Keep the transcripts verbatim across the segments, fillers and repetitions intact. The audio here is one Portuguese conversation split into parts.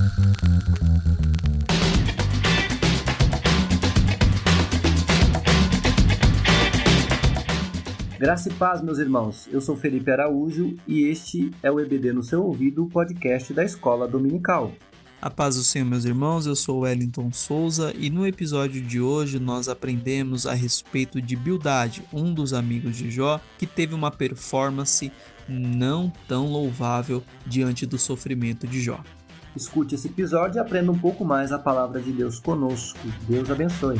Graça e paz, meus irmãos. Eu sou Felipe Araújo e este é o E B D no seu ouvido, o podcast da Escola Dominical. A paz do Senhor, meus irmãos, eu sou Wellington Souza e no episódio de hoje nós aprendemos a respeito de Bildade, um dos amigos de Jó, que teve uma performance não tão louvável diante do sofrimento de Jó. Escute esse episódio e aprenda um pouco mais a palavra de Deus conosco. Deus abençoe.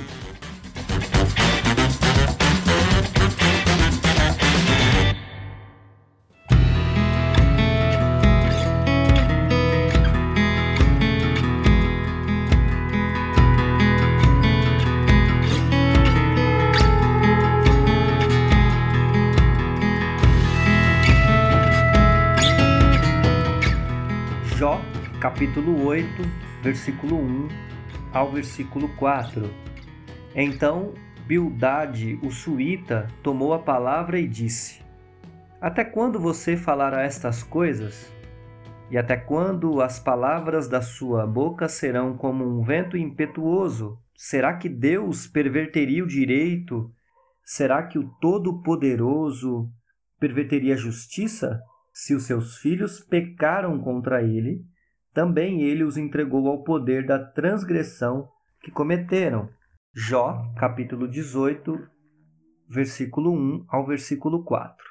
Jó, capítulo oito, versículo um ao versículo quatro. Então Bildade, o suíta, tomou a palavra e disse: Até quando você falará estas coisas? E até quando as palavras da sua boca serão como um vento impetuoso? Será que Deus perverteria o direito? Será que o Todo-Poderoso perverteria a justiça? Se os seus filhos pecaram contra ele, também ele os entregou ao poder da transgressão que cometeram. Jó, capítulo dezoito, versículo um ao versículo quatro.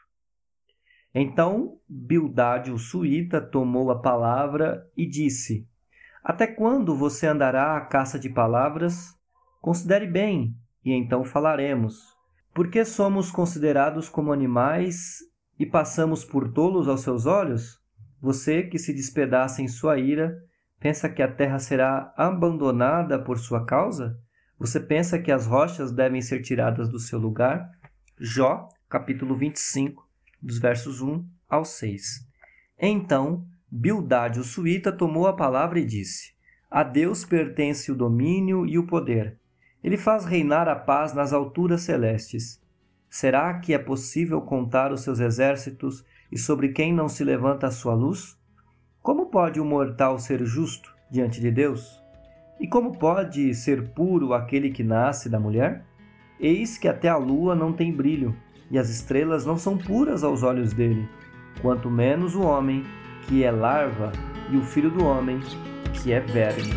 Então Bildade, o suíta, tomou a palavra e disse: Até quando você andará à caça de palavras? Considere bem, e então falaremos. Por que somos considerados como animais e passamos por tolos aos seus olhos? Você que se despedaça em sua ira, pensa que a terra será abandonada por sua causa? Você pensa que as rochas devem ser tiradas do seu lugar? Jó, capítulo vinte e cinco, dos versos um ao seis. Então Bildade, o suíta, tomou a palavra e disse: A Deus pertence o domínio e o poder. Ele faz reinar a paz nas alturas celestes. Será que é possível contar os seus exércitos e sobre quem não se levanta a sua luz? Como pode o mortal ser justo diante de Deus? E como pode ser puro aquele que nasce da mulher? Eis que até a lua não tem brilho, e as estrelas não são puras aos olhos dele, quanto menos o homem, que é larva, e o filho do homem, que é verme.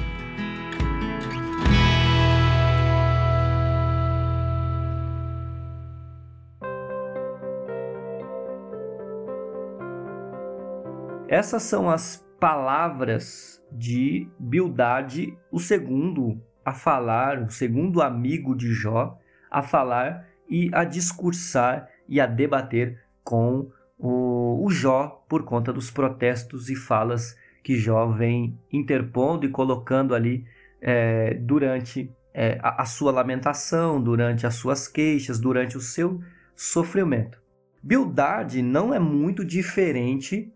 Essas são as palavras de Bildade, o segundo a falar, o segundo amigo de Jó, a falar e a discursar e a debater com o, o Jó por conta dos protestos e falas que Jó vem interpondo e colocando ali é, durante é, a, a sua lamentação, durante as suas queixas, durante o seu sofrimento. Bildade não é muito diferente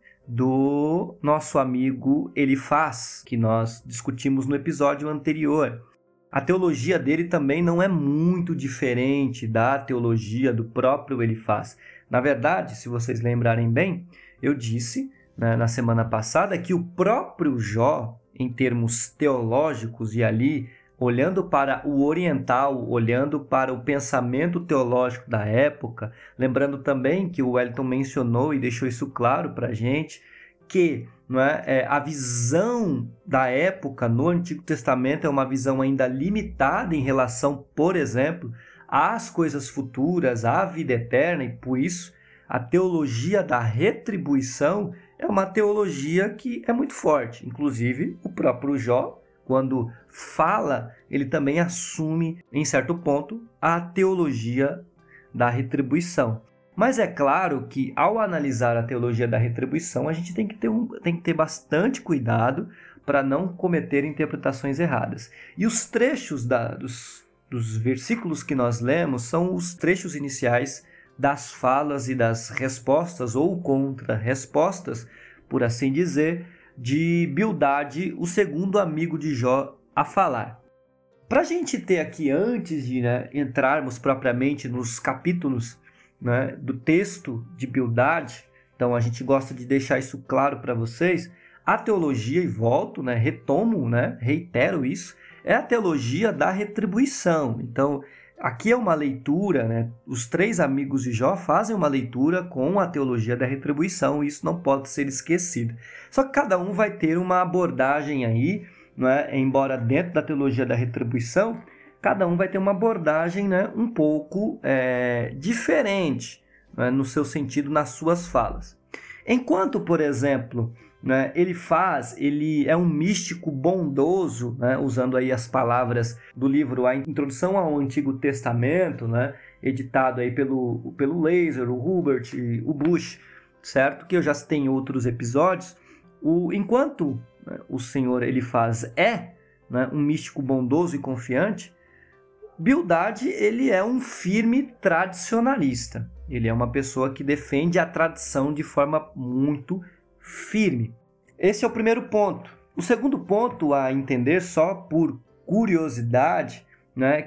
do nosso amigo Elifaz, que nós discutimos no episódio anterior. A teologia dele também não é muito diferente da teologia do próprio Elifaz. Na verdade, se vocês lembrarem bem, eu disse, né, na semana passada que o próprio Jó, em termos teológicos, e ali olhando para o oriental, olhando para o pensamento teológico da época, lembrando também que o Wellington mencionou e deixou isso claro para a gente, que não é, é, a visão da época no Antigo Testamento é uma visão ainda limitada em relação, por exemplo, às coisas futuras, à vida eterna, e por isso a teologia da retribuição é uma teologia que é muito forte. Inclusive, o próprio Jó, quando fala, ele também assume, em certo ponto, a teologia da retribuição. Mas é claro que, ao analisar a teologia da retribuição, a gente tem que ter, um, tem que ter bastante cuidado para não cometer interpretações erradas. E os trechos da, dos, dos versículos que nós lemos são os trechos iniciais das falas e das respostas, ou contra-respostas, por assim dizer, de Bildade, o segundo amigo de Jó, a falar. Para a gente ter aqui, antes de né, entrarmos propriamente nos capítulos né, do texto de Bildade, então a gente gosta de deixar isso claro para vocês, A teologia, e volto, né, retomo, né, reitero isso, é a teologia da retribuição. Então, aqui é uma leitura, né, os três amigos de Jó fazem uma leitura com a teologia da retribuição, e isso não pode ser esquecido. Só que cada um vai ter uma abordagem aí, né, embora dentro da teologia da retribuição, cada um vai ter uma abordagem, né, um pouco é, diferente, né, no seu sentido, nas suas falas. Enquanto, por exemplo, né, ele faz, ele é um místico bondoso, né, usando aí as palavras do livro A Introdução ao Antigo Testamento, né, editado aí pelo, pelo Laser, o Hubert, o Bush, certo? Que eu já citei em outros episódios. O, enquanto, né, o Senhor ele faz é, né, um místico bondoso e confiante, Bildad, ele é um firme tradicionalista. Ele é uma pessoa que defende a tradição de forma muito firme. Esse é o primeiro ponto. O segundo ponto a entender, só por curiosidade, né,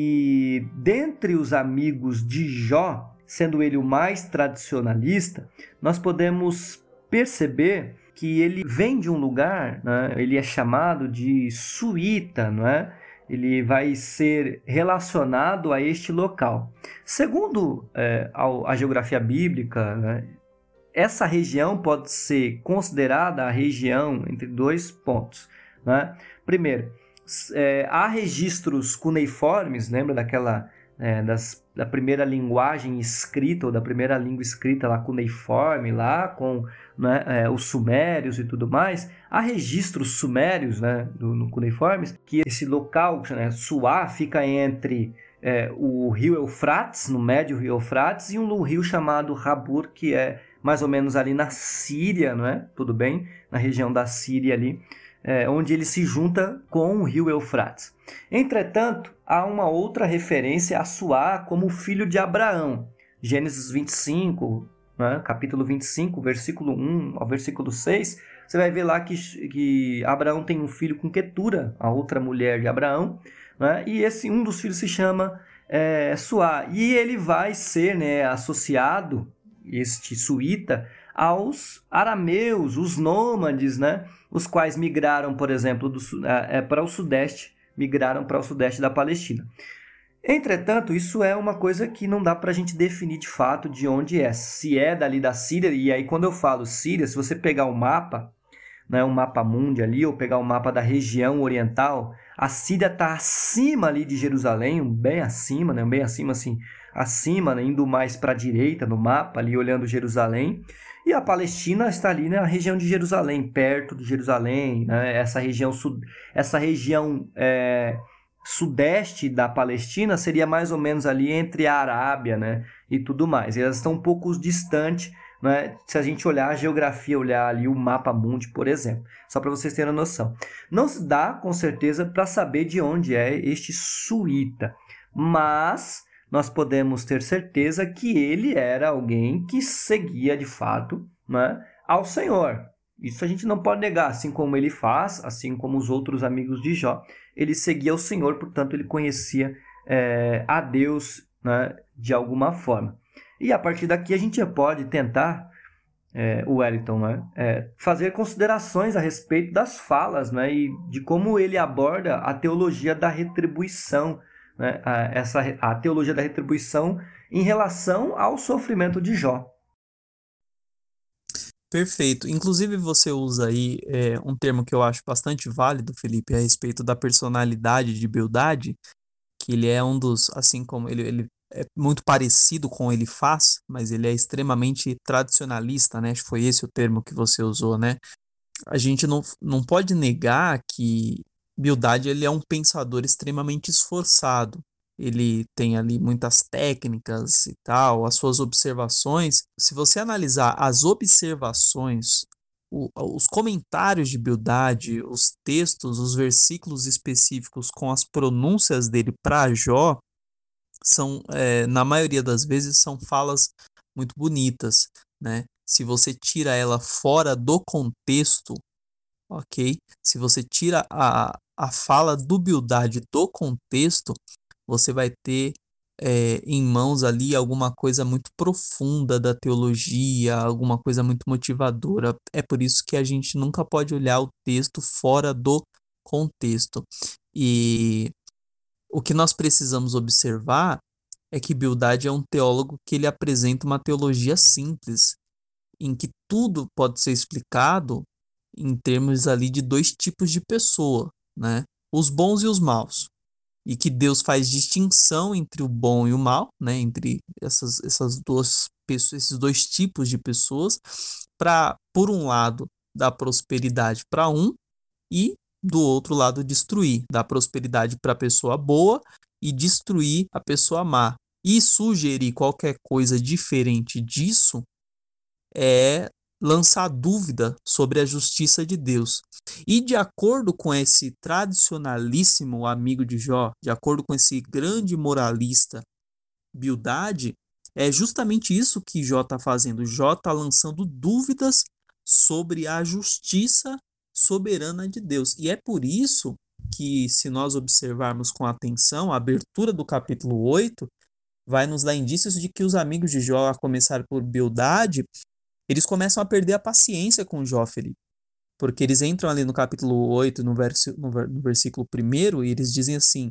que dentre os amigos de Jó, sendo ele o mais tradicionalista, nós podemos perceber que ele vem de um lugar, né, ele é chamado de suíta, não é? Ele vai ser relacionado a este local. Segundo é, a, a geografia bíblica, né, essa região pode ser considerada a região entre dois pontos, né? Primeiro, é, há registros cuneiformes, lembra daquela é, das, da primeira linguagem escrita, ou da primeira língua escrita lá cuneiforme, lá com, né, é, os sumérios e tudo mais. Há registros sumérios, né, do, no cuneiformes, que esse local, né, Suá, fica entre é, o rio Eufrates, no médio rio Eufrates, e um rio chamado Habur, que é mais ou menos ali na Síria, não é? Tudo bem? Na região da Síria ali, é, onde ele se junta com o rio Eufrates. Entretanto, há uma outra referência a Suá como filho de Abraão. Gênesis vinte e cinco, né? Capítulo vinte e cinco, versículo um ao versículo seis, você vai ver lá que, que Abraão tem um filho com Quetura, a outra mulher de Abraão, né? E esse, um dos filhos se chama é, Suá. E ele vai ser, né, associado, este suíta, aos arameus, os nômades, né? Os quais migraram, por exemplo, do, é, para o sudeste, migraram para o sudeste da Palestina. Entretanto, isso é uma coisa que não dá para a gente definir de fato de onde é. Se é dali da Síria, e aí quando eu falo Síria, se você pegar o mapa, né, um mapa mundi ali, ou pegar o mapa da região oriental, a Síria está acima ali de Jerusalém, bem acima, né, bem acima assim, acima, né, indo mais para a direita no mapa, ali olhando Jerusalém, e a Palestina está ali na região de Jerusalém, perto de Jerusalém, né, essa região, sud... essa região é... sudeste da Palestina seria mais ou menos ali entre a Arábia, né, e tudo mais. E elas estão um pouco distante, né, se a gente olhar a geografia, olhar ali o mapa mundi, por exemplo, só para vocês terem a noção. Não se dá, com certeza, para saber de onde é este suíta, mas nós podemos ter certeza que ele era alguém que seguia de fato, né, ao Senhor. Isso a gente não pode negar, assim como ele faz, assim como os outros amigos de Jó, ele seguia o Senhor, portanto ele conhecia é, a Deus, né, de alguma forma. E a partir daqui a gente pode tentar, é, o Wellington, né, é, fazer considerações a respeito das falas, né, e de como ele aborda a teologia da retribuição, né, a, essa, a teologia da retribuição em relação ao sofrimento de Jó. Perfeito. Inclusive você usa aí é, um termo que eu acho bastante válido, Felipe, a respeito da personalidade de Bildad, que ele é um dos, assim como ele, ele é muito parecido com ele faz, mas ele é extremamente tradicionalista, né? Acho que foi esse o termo que você usou, né? A gente não, não pode negar que Bildad ele é um pensador extremamente esforçado. Ele tem ali muitas técnicas e tal, as suas observações. Se você analisar as observações, o, os comentários de Bildad, os textos, os versículos específicos com as pronúncias dele para Jó, são, é, na maioria das vezes, são falas muito bonitas, né? Se você tira ela fora do contexto, ok? Se você tira a, a fala do Bildad do contexto, você vai ter é, em mãos ali alguma coisa muito profunda da teologia, alguma coisa muito motivadora. É por isso que a gente nunca pode olhar o texto fora do contexto. E o que nós precisamos observar é que Bildad é um teólogo que ele apresenta uma teologia simples, em que tudo pode ser explicado em termos ali de dois tipos de pessoa, né? Os bons e os maus. E que Deus faz distinção entre o bom e o mal, né? Entre essas, essas duas pessoas, esses dois tipos de pessoas, para, por um lado, dar prosperidade para um e, do outro lado, destruir. Dar prosperidade para a pessoa boa e destruir a pessoa má. E sugerir qualquer coisa diferente disso é lançar dúvida sobre a justiça de Deus. E de acordo com esse tradicionalíssimo amigo de Jó, de acordo com esse grande moralista Bildad, é justamente isso que Jó está fazendo. Jó está lançando dúvidas sobre a justiça soberana de Deus. E é por isso que, se nós observarmos com atenção, a abertura do capítulo oito vai nos dar indícios de que os amigos de Jó, a começar por Bildad, eles começam a perder a paciência com Jó, Felipe. Porque eles entram ali no capítulo oito, no, verso, no, no versículo primeiro, e eles dizem assim,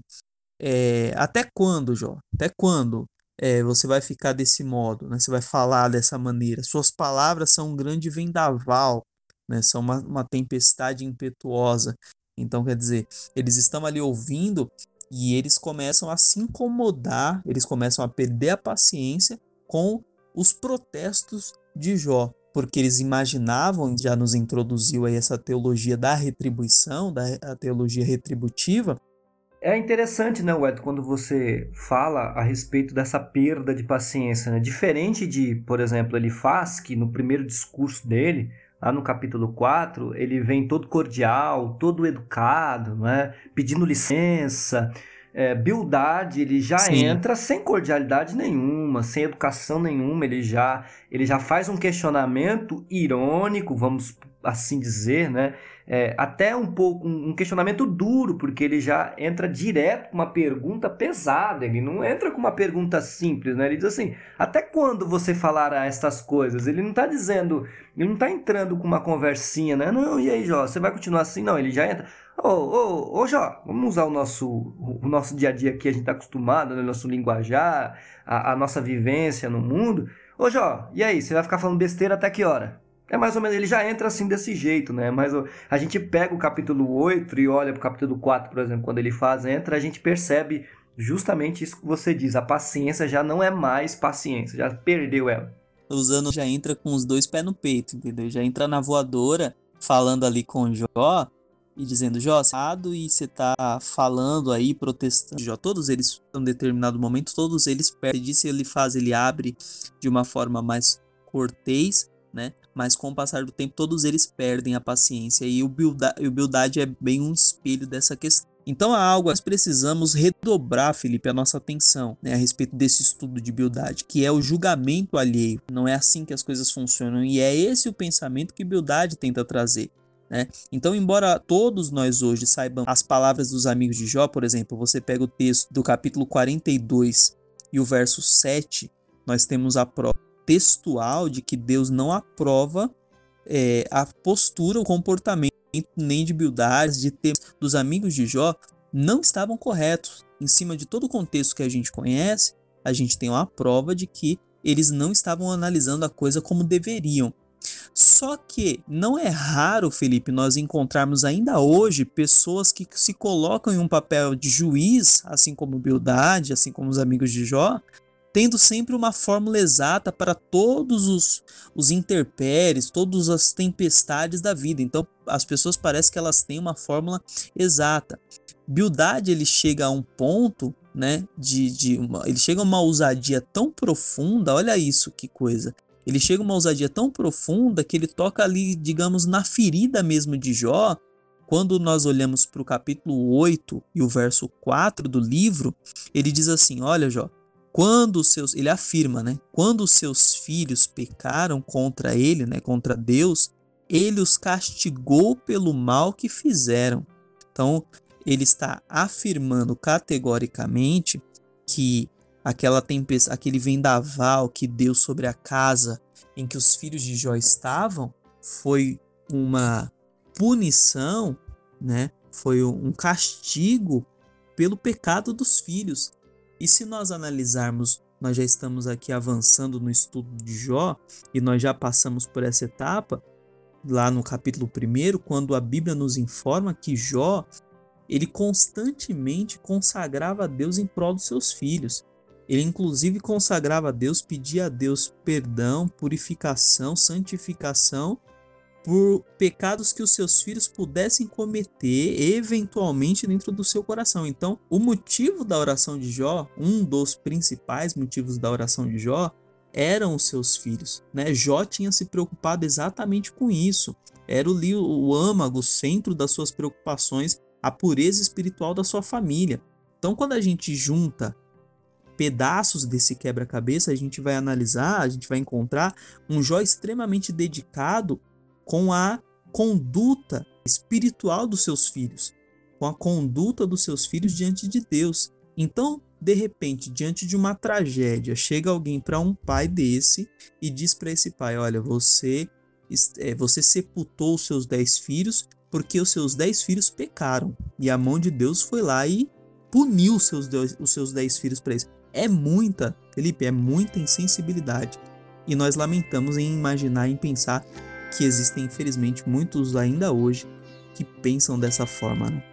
é, até quando, Jó? Até quando é, você vai ficar desse modo, né? Você vai falar dessa maneira? Suas palavras são um grande vendaval, né? São uma, uma tempestade impetuosa. Então, quer dizer, eles estão ali ouvindo e eles começam a se incomodar, eles começam a perder a paciência com os protestos de Jó, porque eles imaginavam, já nos introduziu aí essa teologia da retribuição, da a teologia retributiva. É interessante, né, Wed, quando você fala a respeito dessa perda de paciência, né? Diferente de, por exemplo, Elifaz, que no primeiro discurso dele, lá no capítulo quatro, ele vem todo cordial, todo educado, né? Pedindo licença. É, Bildad, ele já Sim. entra sem cordialidade nenhuma, sem educação nenhuma, ele já, ele já faz um questionamento irônico, vamos assim dizer, né? É, até um pouco um questionamento duro, porque ele já entra direto com uma pergunta pesada, ele não entra com uma pergunta simples, né? Ele diz assim, até quando você falará estas coisas? Ele não está dizendo, ele não está entrando com uma conversinha, né? Não, e aí, Jó, você vai continuar assim? Não, ele já entra, ô, ô, ô, Jó, vamos usar o nosso, o nosso dia a dia aqui, a gente está acostumado, né? Nosso linguajar, a, a nossa vivência no mundo. Ô, Jó, e aí, você vai ficar falando besteira até que hora? É mais ou menos, ele já entra assim desse jeito, né? Mas a gente pega o capítulo oito e olha para o capítulo quatro, por exemplo, quando ele faz, entra, a gente percebe justamente isso que você diz. A paciência já não é mais paciência, já perdeu ela. Usando já entra com os dois pés no peito, entendeu? Já entra na voadora, falando ali com Jó e dizendo, Jó, e você tá falando aí, protestando. Jó, todos eles, em um determinado momento, todos eles perdem. Disso ele faz, ele abre de uma forma mais cortês, né? Mas com o passar do tempo, todos eles perdem a paciência. E o Bildad, o Bildad é bem um espelho dessa questão. Então há algo, nós precisamos redobrar, Felipe, a nossa atenção, né, a respeito desse estudo de Bildad, que é o julgamento alheio. Não é assim que as coisas funcionam. E é esse o pensamento que Bildad tenta trazer. Né? Então, embora todos nós hoje saibamos as palavras dos amigos de Jó, por exemplo, você pega o texto do capítulo quarenta e dois e o verso sete, nós temos a prova textual de que Deus não aprova é, a postura, o comportamento nem de Bildad, de ter dos amigos de Jó, não estavam corretos. Em cima de todo o contexto que a gente conhece, a gente tem uma prova de que eles não estavam analisando a coisa como deveriam. Só que não é raro, Felipe, nós encontrarmos ainda hoje pessoas que se colocam em um papel de juiz, assim como Bildad, assim como os amigos de Jó, tendo sempre uma fórmula exata para todos os, os intempéries, todas as tempestades da vida. Então, as pessoas parecem que elas têm uma fórmula exata. Bildad, ele chega a um ponto, né, de, de uma, ele chega a uma ousadia tão profunda, olha isso, que coisa. Ele chega a uma ousadia tão profunda que ele toca ali, digamos, na ferida mesmo de Jó. Quando nós olhamos para o capítulo oito e o verso quatro do livro, ele diz assim, olha, Jó, quando os seus, ele afirma, né? Quando os seus filhos pecaram contra ele, né? Contra Deus, ele os castigou pelo mal que fizeram. Então, ele está afirmando categoricamente que aquela tempestade, aquele vendaval que deu sobre a casa em que os filhos de Jó estavam, foi uma punição, né? Foi um castigo pelo pecado dos filhos. E se nós analisarmos, nós já estamos aqui avançando no estudo de Jó, e nós já passamos por essa etapa, lá no capítulo primeiro, quando a Bíblia nos informa que Jó, ele constantemente consagrava a Deus em prol dos seus filhos. Ele inclusive consagrava a Deus, pedia a Deus perdão, purificação, santificação por pecados que os seus filhos pudessem cometer eventualmente dentro do seu coração. Então, o motivo da oração de Jó, um dos principais motivos da oração de Jó, eram os seus filhos, né? Jó tinha se preocupado exatamente com isso. Era o, o âmago, o centro das suas preocupações, a pureza espiritual da sua família. Então, quando a gente junta pedaços desse quebra-cabeça, a gente vai analisar, a gente vai encontrar um Jó extremamente dedicado com a conduta espiritual dos seus filhos, com a conduta dos seus filhos diante de Deus. Então, de repente, diante de uma tragédia, chega alguém para um pai desse e diz para esse pai: olha, você, você sepultou os seus dez filhos porque os seus dez filhos pecaram. E a mão de Deus foi lá e puniu os seus, os seus dez filhos para isso. É muita, Felipe, é muita insensibilidade. E nós lamentamos em imaginar, em pensar que existem, infelizmente, muitos ainda hoje que pensam dessa forma, né?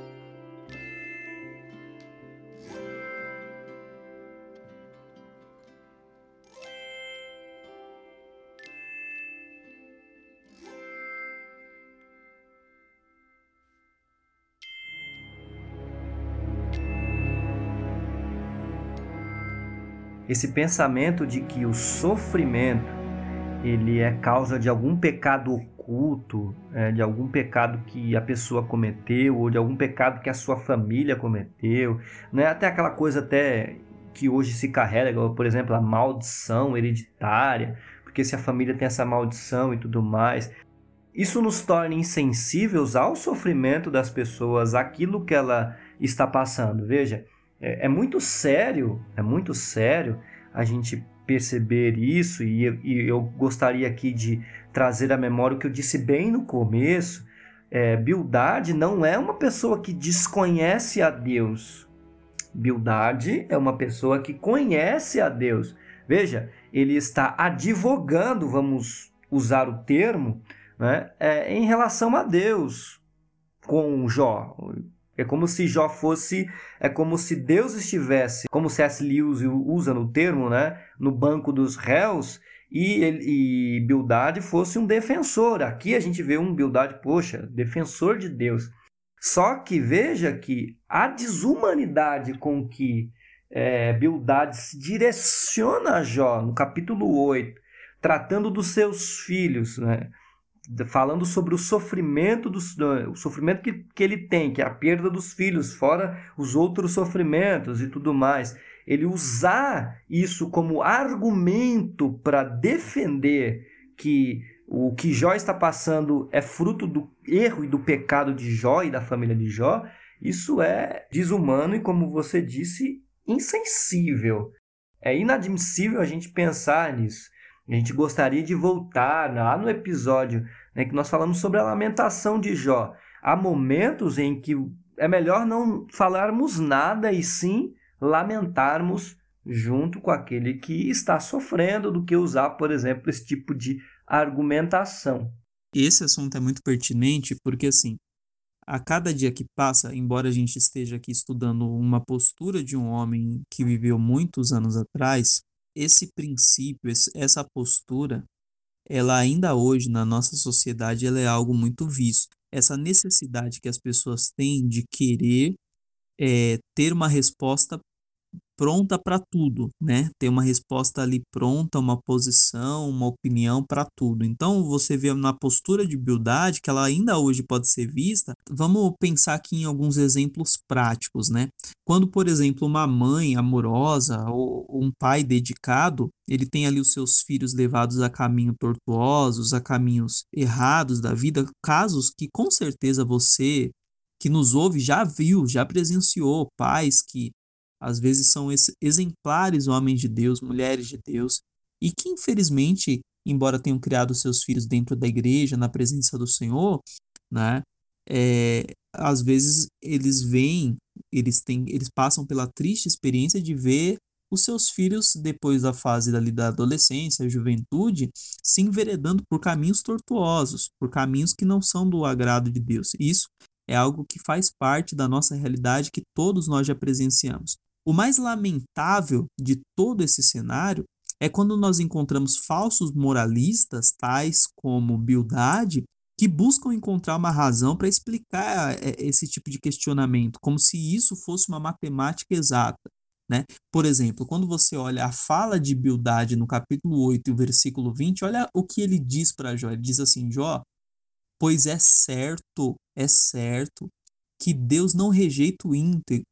Esse pensamento de que o sofrimento ele é causa de algum pecado oculto, é, de algum pecado que a pessoa cometeu, ou de algum pecado que a sua família cometeu, não é até aquela coisa até que hoje se carrega, por exemplo, a maldição hereditária, porque se a família tem essa maldição e tudo mais, isso nos torna insensíveis ao sofrimento das pessoas, aquilo que ela está passando. Veja, é, é muito sério, é muito sério a gente perceber isso, e, e eu gostaria aqui de trazer à memória o que eu disse bem no começo. é, Bildade não é uma pessoa que desconhece a Deus. Bildade é uma pessoa que conhece a Deus. Veja, ele está advogando, vamos usar o termo, né, é, em relação a Deus com Jó. É como se Jó fosse, é como se Deus estivesse, como C S Lewis usa no termo, né, no banco dos réus, e, ele, e Bildade fosse um defensor. Aqui a gente vê um Bildade, poxa, defensor de Deus. Só que veja que a desumanidade com que é, Bildade se direciona a Jó, no capítulo oito, tratando dos seus filhos, né, falando sobre o sofrimento, dos, o sofrimento que, que ele tem, que é a perda dos filhos, fora os outros sofrimentos e tudo mais. Ele usar isso como argumento para defender que o que Jó está passando é fruto do erro e do pecado de Jó e da família de Jó, isso é desumano e, como você disse, insensível. É inadmissível a gente pensar nisso. A gente gostaria de voltar lá no episódio, né, que nós falamos sobre a lamentação de Jó. Há momentos em que é melhor não falarmos nada e sim lamentarmos junto com aquele que está sofrendo, do que usar, por exemplo, esse tipo de argumentação. Esse assunto é muito pertinente porque, assim, a cada dia que passa, embora a gente esteja aqui estudando uma postura de um homem que viveu muitos anos atrás, esse princípio, essa postura, ela ainda hoje na nossa sociedade ela é algo muito visto. Essa necessidade que as pessoas têm de querer é, ter uma resposta pronta para tudo, né? Ter uma resposta ali pronta, uma posição, uma opinião para tudo. Então, você vê na postura de Bildade, que ela ainda hoje pode ser vista, vamos pensar aqui em alguns exemplos práticos, né? Quando, por exemplo, uma mãe amorosa ou um pai dedicado, ele tem ali os seus filhos levados a caminhos tortuosos, a caminhos errados da vida, casos que com certeza você que nos ouve já viu, já presenciou, pais que às vezes são exemplares homens de Deus, mulheres de Deus, e que infelizmente, embora tenham criado seus filhos dentro da igreja, na presença do Senhor, né, é, às vezes eles veem, eles têm, eles passam pela triste experiência de ver os seus filhos, depois da fase ali da adolescência, juventude, se enveredando por caminhos tortuosos, por caminhos que não são do agrado de Deus. Isso é algo que faz parte da nossa realidade, que todos nós já presenciamos. O mais lamentável de todo esse cenário é quando nós encontramos falsos moralistas, tais como Bildade, que buscam encontrar uma razão para explicar esse tipo de questionamento, como se isso fosse uma matemática exata, né? Por exemplo, quando você olha a fala de Bildade no capítulo oito e o versículo vinte, olha o que ele diz para Jó. Ele diz assim: Jó, pois é certo, é certo, que Deus não rejeita o íntegro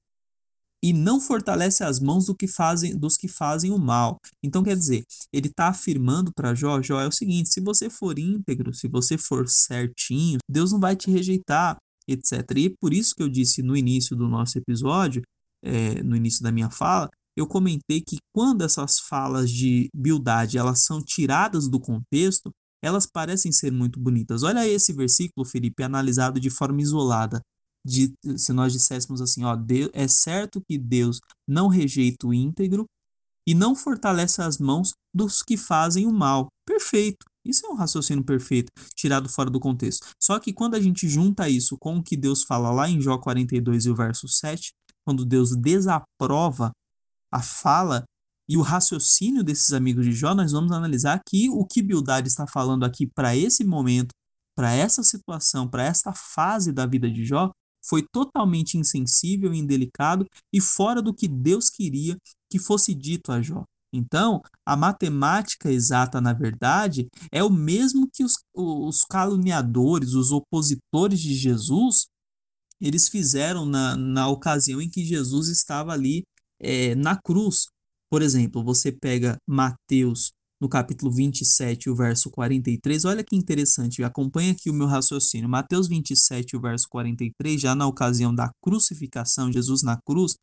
e não fortalece as mãos do que fazem, dos que fazem o mal. Então, quer dizer, ele está afirmando para Jó, Jó, é o seguinte: se você for íntegro, se você for certinho, Deus não vai te rejeitar, etcétera. E por isso que eu disse no início do nosso episódio, é, no início da minha fala, eu comentei que quando essas falas de Bildade elas são tiradas do contexto, elas parecem ser muito bonitas. Olha esse versículo, Felipe, analisado de forma isolada. De, se nós disséssemos assim, ó, Deus, é certo que Deus não rejeita o íntegro e não fortalece as mãos dos que fazem o mal. Perfeito. Isso é um raciocínio perfeito, tirado fora do contexto. Só que quando a gente junta isso com o que Deus fala lá em Jó quarenta e dois e o verso sete, quando Deus desaprova a fala e o raciocínio desses amigos de Jó, nós vamos analisar que o que Bildade está falando aqui para esse momento, para essa situação, para esta fase da vida de Jó, foi totalmente insensível, indelicado e fora do que Deus queria que fosse dito a Jó. Então, a matemática exata, na verdade, é o mesmo que os, os caluniadores, os opositores de Jesus, eles fizeram na, na ocasião em que Jesus estava ali é, na cruz. Por exemplo, você pega Mateus no capítulo vinte e sete, o verso quarenta e três, olha que interessante, acompanha aqui o meu raciocínio. Mateus vinte e sete, o verso quarenta e três, já na ocasião da crucificação, Jesus na cruz,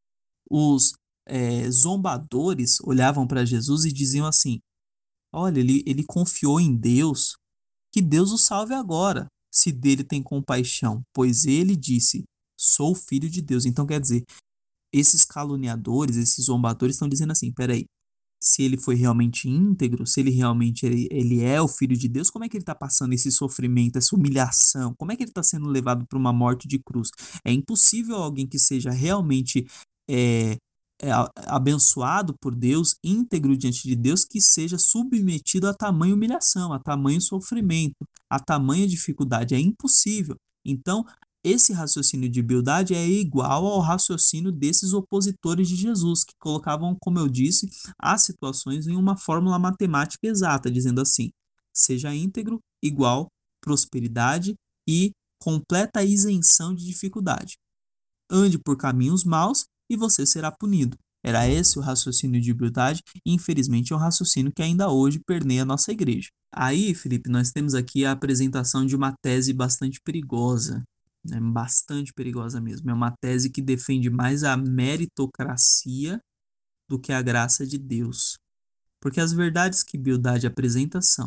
os é, zombadores olhavam para Jesus e diziam assim: olha, ele, ele confiou em Deus, que Deus o salve agora, se dele tem compaixão, pois ele disse: sou filho de Deus. Então, quer dizer, esses caluniadores, esses zombadores estão dizendo assim: peraí, se ele foi realmente íntegro, se ele realmente ele, ele é o filho de Deus, como é que ele está passando esse sofrimento, essa humilhação? Como é que ele está sendo levado para uma morte de cruz? É impossível alguém que seja realmente é, é, abençoado por Deus, íntegro diante de Deus, que seja submetido a tamanha humilhação, a tamanho sofrimento, a tamanha dificuldade. É impossível. Então, esse raciocínio de Bildade é igual ao raciocínio desses opositores de Jesus, que colocavam, como eu disse, as situações em uma fórmula matemática exata, dizendo assim: seja íntegro igual prosperidade e completa isenção de dificuldade. Ande por caminhos maus e você será punido. Era esse o raciocínio de Bildade e infelizmente é um raciocínio que ainda hoje permeia a nossa igreja. Aí, Felipe, nós temos aqui a apresentação de uma tese bastante perigosa, né? Bastante perigosa mesmo. É uma tese que defende mais a meritocracia do que a graça de Deus. Porque as verdades que Bildade apresenta são: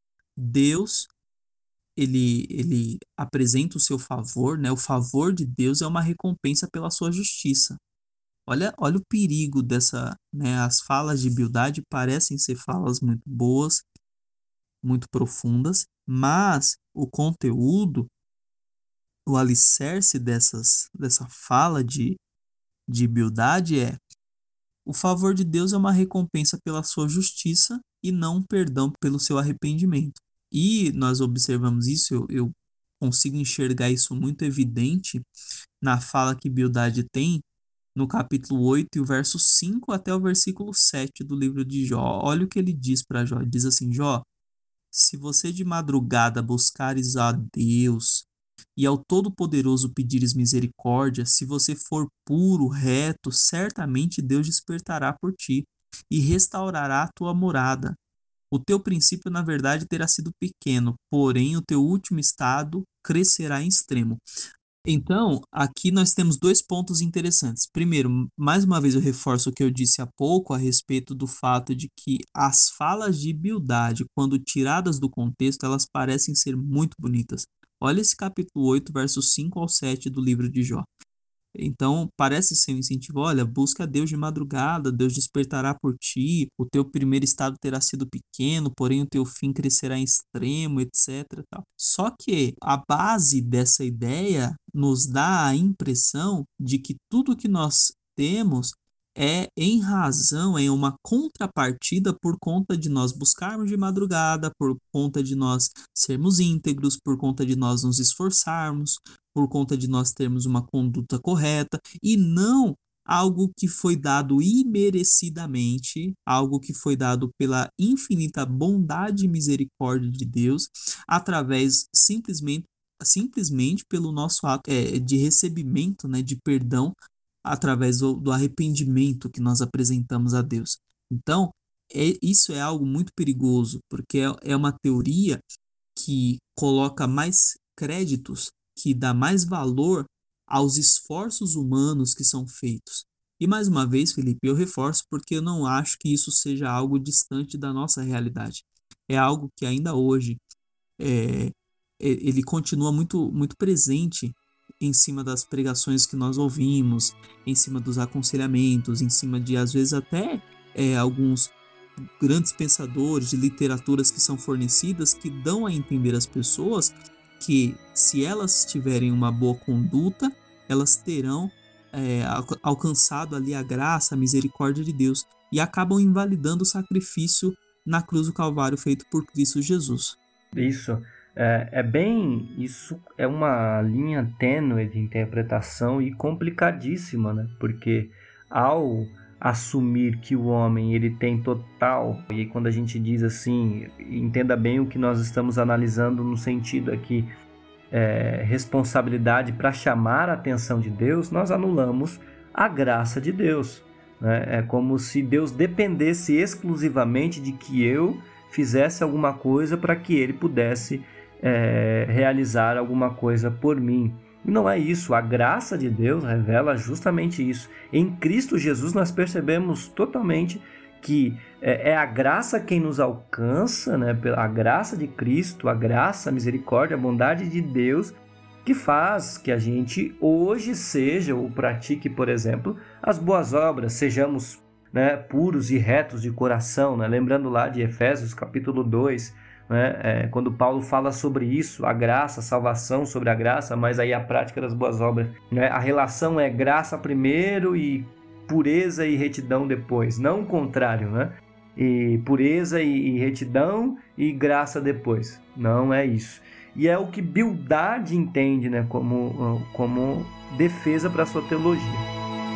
Deus, ele, ele apresenta o seu favor, né? O favor de Deus é uma recompensa pela sua justiça. Olha, olha o perigo dessa, né? As falas de Bildade parecem ser falas muito boas, muito profundas, mas o conteúdo, o alicerce dessas, dessa fala de, de Bildade é: o favor de Deus é uma recompensa pela sua justiça e não um perdão pelo seu arrependimento. E nós observamos isso, eu, eu consigo enxergar isso muito evidente na fala que Bildade tem no capítulo oito e o verso cinco até o versículo sete do livro de Jó. Olha o que ele diz para Jó. Ele diz assim: Jó, se você de madrugada buscares a Deus e ao Todo-Poderoso pedires misericórdia, se você for puro, reto, certamente Deus despertará por ti e restaurará a tua morada. O teu princípio, na verdade, terá sido pequeno, porém o teu último estado crescerá em extremo. Então, aqui nós temos dois pontos interessantes. Primeiro, mais uma vez eu reforço o que eu disse há pouco a respeito do fato de que as falas de Bildade, quando tiradas do contexto, elas parecem ser muito bonitas. Olha esse capítulo oito, versos cinco ao sete do livro de Jó. Então, parece ser um incentivo, olha, busca Deus de madrugada, Deus despertará por ti, o teu primeiro estado terá sido pequeno, porém o teu fim crescerá em extremo, etc. Tal. Só que a base dessa ideia nos dá a impressão de que tudo que nós temos é em razão, é uma contrapartida por conta de nós buscarmos de madrugada, por conta de nós sermos íntegros, por conta de nós nos esforçarmos, por conta de nós termos uma conduta correta e não algo que foi dado imerecidamente, algo que foi dado pela infinita bondade e misericórdia de Deus, através simplesmente simplesmente pelo nosso ato é, de recebimento, né, de perdão, através do, do arrependimento que nós apresentamos a Deus. Então, é, isso é algo muito perigoso, porque é, é uma teoria que coloca mais créditos, que dá mais valor aos esforços humanos que são feitos. E mais uma vez, Felipe, eu reforço porque eu não acho que isso seja algo distante da nossa realidade. É algo que ainda hoje é, ele continua muito, muito presente em cima das pregações que nós ouvimos, em cima dos aconselhamentos, em cima de, às vezes, até é, alguns grandes pensadores de literaturas que são fornecidas que dão a entender às pessoas que se elas tiverem uma boa conduta, elas terão é, alcançado ali a graça, a misericórdia de Deus e acabam invalidando o sacrifício na cruz do Calvário feito por Cristo Jesus. Isso. É, é bem, isso é uma linha tênue de interpretação e complicadíssima, né? Porque ao assumir que o homem ele tem total, e aí quando a gente diz assim, entenda bem o que nós estamos analisando no sentido aqui, é, responsabilidade para chamar a atenção de Deus, nós anulamos a graça de Deus, né? É como se Deus dependesse exclusivamente de que eu fizesse alguma coisa para que ele pudesse é, realizar alguma coisa por mim. E não é isso, a graça de Deus revela justamente isso. Em Cristo Jesus nós percebemos totalmente que é, é a graça quem nos alcança, né? A graça de Cristo, a graça, a misericórdia, a bondade de Deus que faz que a gente hoje seja ou pratique, por exemplo, as boas obras, sejamos, né, puros e retos de coração, né? Lembrando lá de Efésios capítulo dois, né, é, quando Paulo fala sobre isso, a graça, a salvação sobre a graça, mas aí a prática das boas obras, né? A relação é graça primeiro e pureza e retidão depois, não o contrário, né? E pureza e, e retidão e graça depois, não é isso. E é o que Bildade entende, né, como, como defesa para a sua teologia.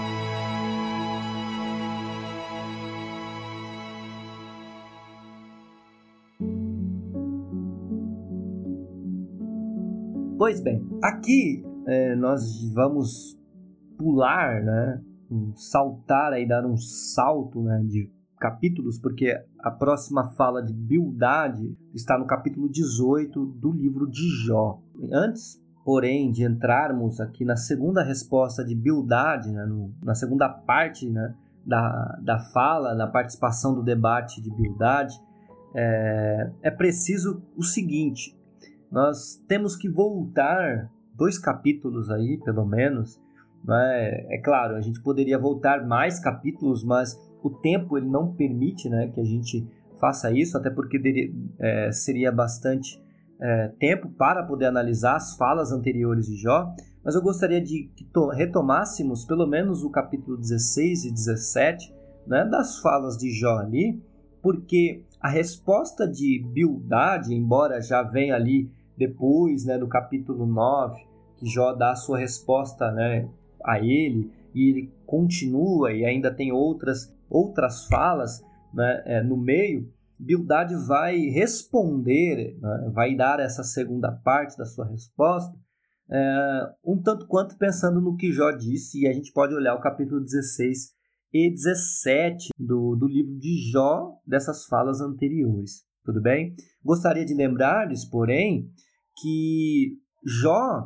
Pois bem, aqui é, nós vamos pular, né, um saltar aí, dar um salto, né, de capítulos, porque a próxima fala de Bildade está no capítulo dezoito do livro de Jó. Antes, porém, de entrarmos aqui na segunda resposta de Bildade, né, no, na segunda parte, né, da, da fala, da participação do debate de Bildade, é, é preciso o seguinte: nós temos que voltar dois capítulos aí, pelo menos, né? É claro, a gente poderia voltar mais capítulos, mas o tempo ele não permite, né, que a gente faça isso, até porque deveria, é, seria bastante é, tempo para poder analisar as falas anteriores de Jó, mas eu gostaria de que retomássemos pelo menos o capítulo dezesseis e dezessete, né, das falas de Jó ali, porque a resposta de Bildade, embora já venha ali depois, né, do capítulo nove, que Jó dá a sua resposta, né, a ele, e ele continua e ainda tem outras, outras falas, né, é, no meio, Bildade vai responder, né, vai dar essa segunda parte da sua resposta, é, um tanto quanto pensando no que Jó disse, e a gente pode olhar o capítulo dezesseis e dezessete do, do livro de Jó, dessas falas anteriores, tudo bem? Gostaria de lembrar-lhes, porém, que Jó,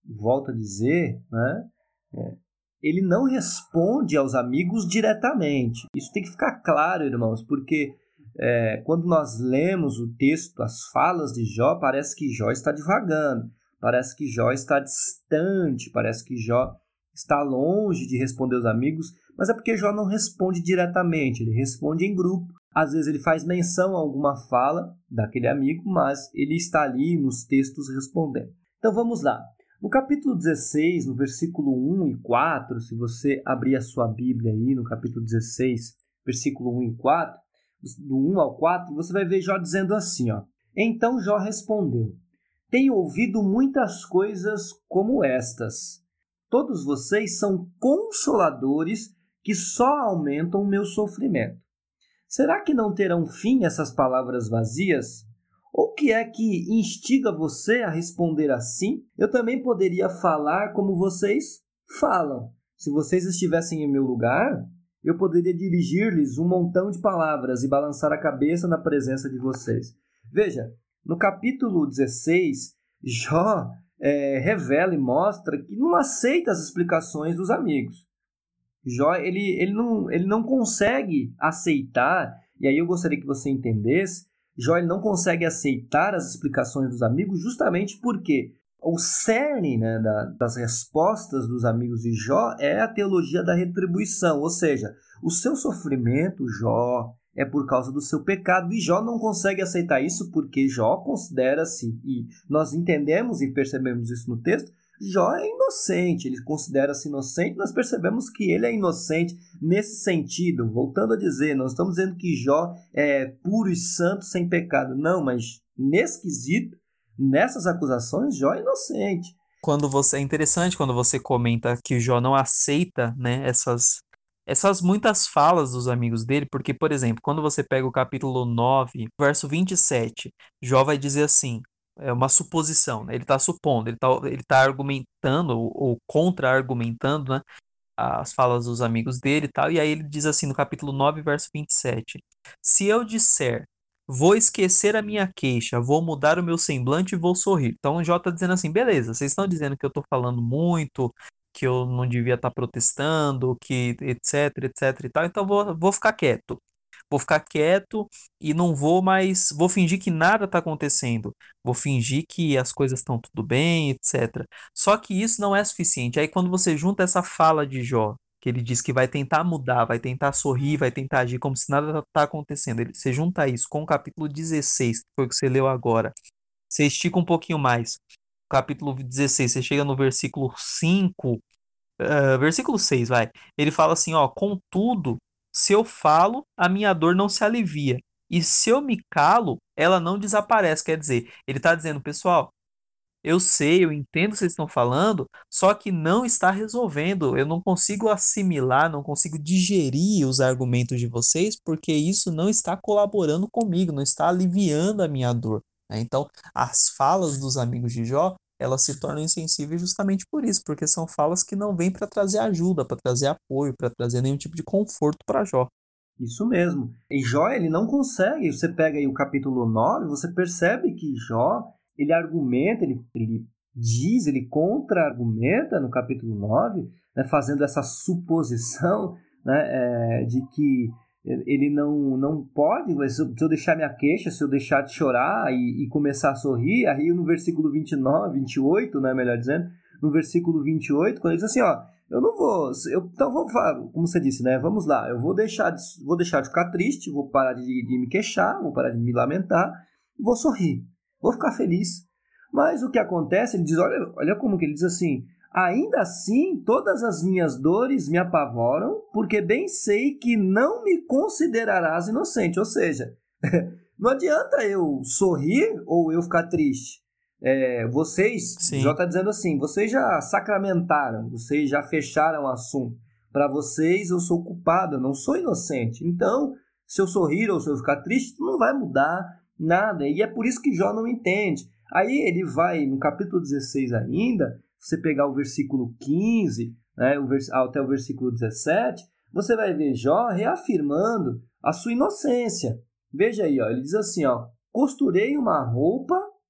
volto a dizer, né, é, ele não responde aos amigos diretamente. Isso tem que ficar claro, irmãos, porque é, quando nós lemos o texto, as falas de Jó, parece que Jó está divagando, parece que Jó está distante, parece que Jó está longe de responder aos amigos, mas é porque Jó não responde diretamente, ele responde em grupo. Às vezes ele faz menção a alguma fala daquele amigo, mas ele está ali nos textos respondendo. Então vamos lá. No capítulo dezesseis, no versículo um e quatro, se você abrir a sua Bíblia aí, no capítulo dezesseis, versículo um e quatro, do um ao quatro, você vai ver Jó dizendo assim, ó. Então Jó respondeu: tenho ouvido muitas coisas como estas. Todos vocês são consoladores que só aumentam o meu sofrimento. Será que não terão fim essas palavras vazias? O que é que instiga você a responder assim? Eu também poderia falar como vocês falam. Se vocês estivessem em meu lugar, eu poderia dirigir-lhes um montão de palavras e balançar a cabeça na presença de vocês. Veja, no capítulo dezesseis, Jó é, revela e mostra que não aceita as explicações dos amigos. Jó ele, ele, não, ele não consegue aceitar, e aí eu gostaria que você entendesse, Jó ele não consegue aceitar as explicações dos amigos justamente porque o cerne, né, da, das respostas dos amigos de Jó é a teologia da retribuição, ou seja, o seu sofrimento, Jó, é por causa do seu pecado, e Jó não consegue aceitar isso porque Jó considera-se, e nós entendemos e percebemos isso no texto, Jó é inocente, ele considera-se inocente, nós percebemos que ele é inocente nesse sentido. Voltando a dizer, não estamos dizendo que Jó é puro e santo sem pecado, não, mas nesse quesito, nessas acusações, Jó é inocente. Quando você, é interessante quando você comenta que Jó não aceita, né, essas, essas muitas falas dos amigos dele, porque, por exemplo, quando você pega o capítulo nove, verso vinte e sete, Jó vai dizer assim, é uma suposição, né? Ele está supondo, ele está ele tá argumentando ou, ou contra-argumentando, né, as falas dos amigos dele e tal, e aí ele diz assim no capítulo nove, verso vinte e sete: se eu disser, vou esquecer a minha queixa, vou mudar o meu semblante e vou sorrir. Então o Jó está dizendo assim, beleza, vocês estão dizendo que eu estou falando muito, que eu não devia estar protestando, que etc, etc e tal, então vou, vou ficar quieto. Vou ficar quieto e não vou mais. Vou fingir que nada está acontecendo. Vou fingir que as coisas estão tudo bem, etcétera. Só que isso não é suficiente. Aí, quando você junta essa fala de Jó, que ele diz que vai tentar mudar, vai tentar sorrir, vai tentar agir como se nada está acontecendo. Ele, você junta isso com o capítulo dezesseis, que foi o que você leu agora. Você estica um pouquinho mais. Capítulo dezesseis, você chega no versículo cinco, uh, versículo seis, vai. Ele fala assim, ó, contudo, se eu falo, a minha dor não se alivia. E se eu me calo, ela não desaparece. Quer dizer, ele está dizendo, pessoal, eu sei, eu entendo o que vocês estão falando, só que não está resolvendo. Eu não consigo assimilar, não consigo digerir os argumentos de vocês, porque isso não está colaborando comigo, não está aliviando a minha dor, né? Então, as falas dos amigos de Jó, elas se tornam insensíveis justamente por isso, porque são falas que não vêm para trazer ajuda, para trazer apoio, para trazer nenhum tipo de conforto para Jó. Isso mesmo. E Jó, ele não consegue. Você pega aí o capítulo nove, você percebe que Jó, ele argumenta, ele, ele diz, ele contra-argumenta no capítulo nove, né, fazendo essa suposição, né, é, de que ele não, não pode, se eu, se eu deixar minha queixa, se eu deixar de chorar e, e começar a sorrir, aí no versículo vinte e nove, vinte e oito, né, melhor dizendo, no versículo vinte e oito, quando ele diz assim, ó, eu não vou, eu, então vamos falar, como você disse, né, vamos lá, eu vou deixar de, vou deixar de ficar triste, vou parar de, de me queixar, vou parar de me lamentar, vou sorrir, vou ficar feliz. Mas o que acontece, ele diz, olha, olha como que ele diz assim, ainda assim, todas as minhas dores me apavoram, porque bem sei que não me considerarás inocente. Ou seja, não adianta eu sorrir ou eu ficar triste. É, vocês, Sim. já está dizendo assim, vocês já sacramentaram, vocês já fecharam o assunto. Para vocês, eu sou culpado, eu não sou inocente. Então, se eu sorrir ou se eu ficar triste, não vai mudar nada. E é por isso que Jó não entende. Aí ele vai, no capítulo dezesseis ainda, você pegar o versículo quinze, né, o vers- até o versículo dezessete, você vai ver Jó reafirmando a sua inocência. Veja aí, ó, ele diz assim, ó, costurei uma roupa,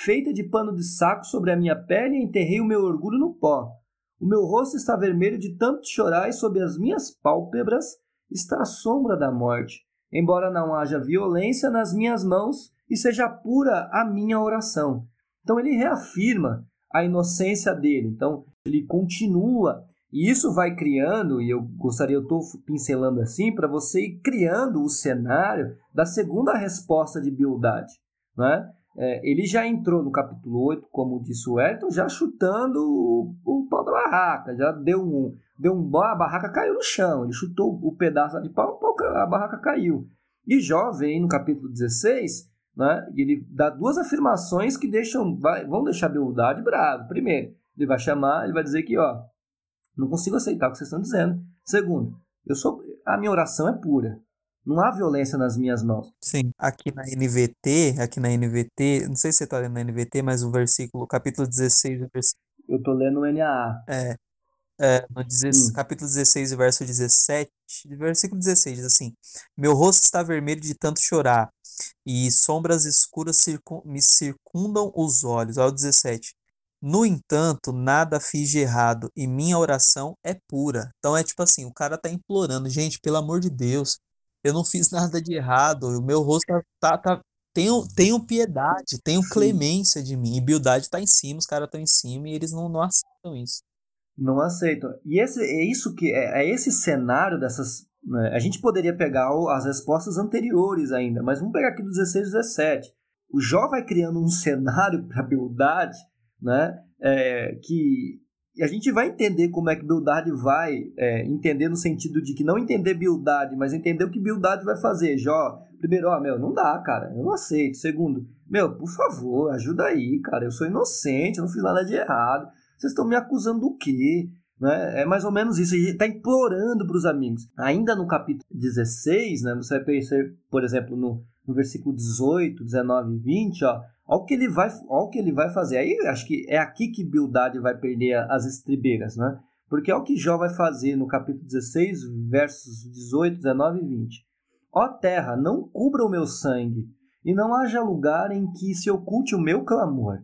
feita de pano de saco sobre a minha pele, enterrei o meu orgulho no pó. O meu rosto está vermelho de tanto chorar e sob as minhas pálpebras está a sombra da morte. Embora não haja violência nas minhas mãos e seja pura a minha oração. Então ele reafirma a inocência dele. Então ele continua. E isso vai criando, e eu gostaria, eu estou pincelando assim, para você ir criando o cenário da segunda resposta de Bildad, né? É, ele já entrou no capítulo oito, como disse o Elton, já chutando o, o pau da barraca, já deu um, deu um a barraca caiu no chão, ele chutou o pedaço de pau, a barraca caiu. E Jó vem no capítulo dezesseis, né, e ele dá duas afirmações que deixam, vai, vão deixar Bildad bravo. Primeiro, ele vai chamar, ele vai dizer que, ó, não consigo aceitar o que vocês estão dizendo. Segundo, eu sou, a minha oração é pura. Não há violência nas minhas mãos. Sim, aqui na N V T, aqui na N V T, não sei se você está lendo na N V T, mas o versículo, capítulo dezesseis, o versículo, Eu estou lendo o N A A. é, é, no dezesseis, Hum. capítulo dezesseis, verso dezessete, versículo dezesseis, diz assim: Meu rosto está vermelho de tanto chorar, e sombras escuras circun- me circundam os olhos. Olha o dezessete. No entanto, nada fiz de errado, e minha oração é pura. Então é tipo assim, o cara tá implorando, gente, pelo amor de Deus, eu não fiz nada de errado, o meu rosto tá, tá, tá- tenho, tenho piedade, tenho Sim. clemência de mim. E Bildad tá em cima, os caras estão em cima e eles não, não aceitam isso. Não aceitam. E esse, é isso que é, é esse cenário dessas. Né, a gente poderia pegar o, as respostas anteriores ainda, mas vamos pegar aqui do dezesseis e dezessete. O Jó vai criando um cenário para Bildad, né, é, que e a gente vai entender como é que Bildad vai é, entender no sentido de que não entender Bildad, mas entender o que Bildad vai fazer. Jó, primeiro, ó, meu, não dá, cara, eu não aceito. Segundo, meu, por favor, ajuda aí, cara, eu sou inocente, eu não fiz nada de errado. Vocês estão me acusando do quê? Né? É mais ou menos isso. Ele está implorando para os amigos. Ainda no capítulo dezesseis, né, você vai perceber, por exemplo, no, no versículo dezoito, dezenove e vinte, ó, olha o que ele vai, olha o que ele vai fazer. Aí acho que é aqui que Bildad vai perder as estribeiras, né? Porque é o que Jó vai fazer no capítulo dezesseis, versos dezoito, dezenove e vinte. Ó terra, não cubra o meu sangue, e não haja lugar em que se oculte o meu clamor.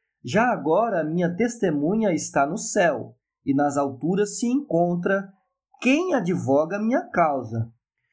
Já agora a minha testemunha está no céu, e nas alturas se encontra quem advoga minha causa.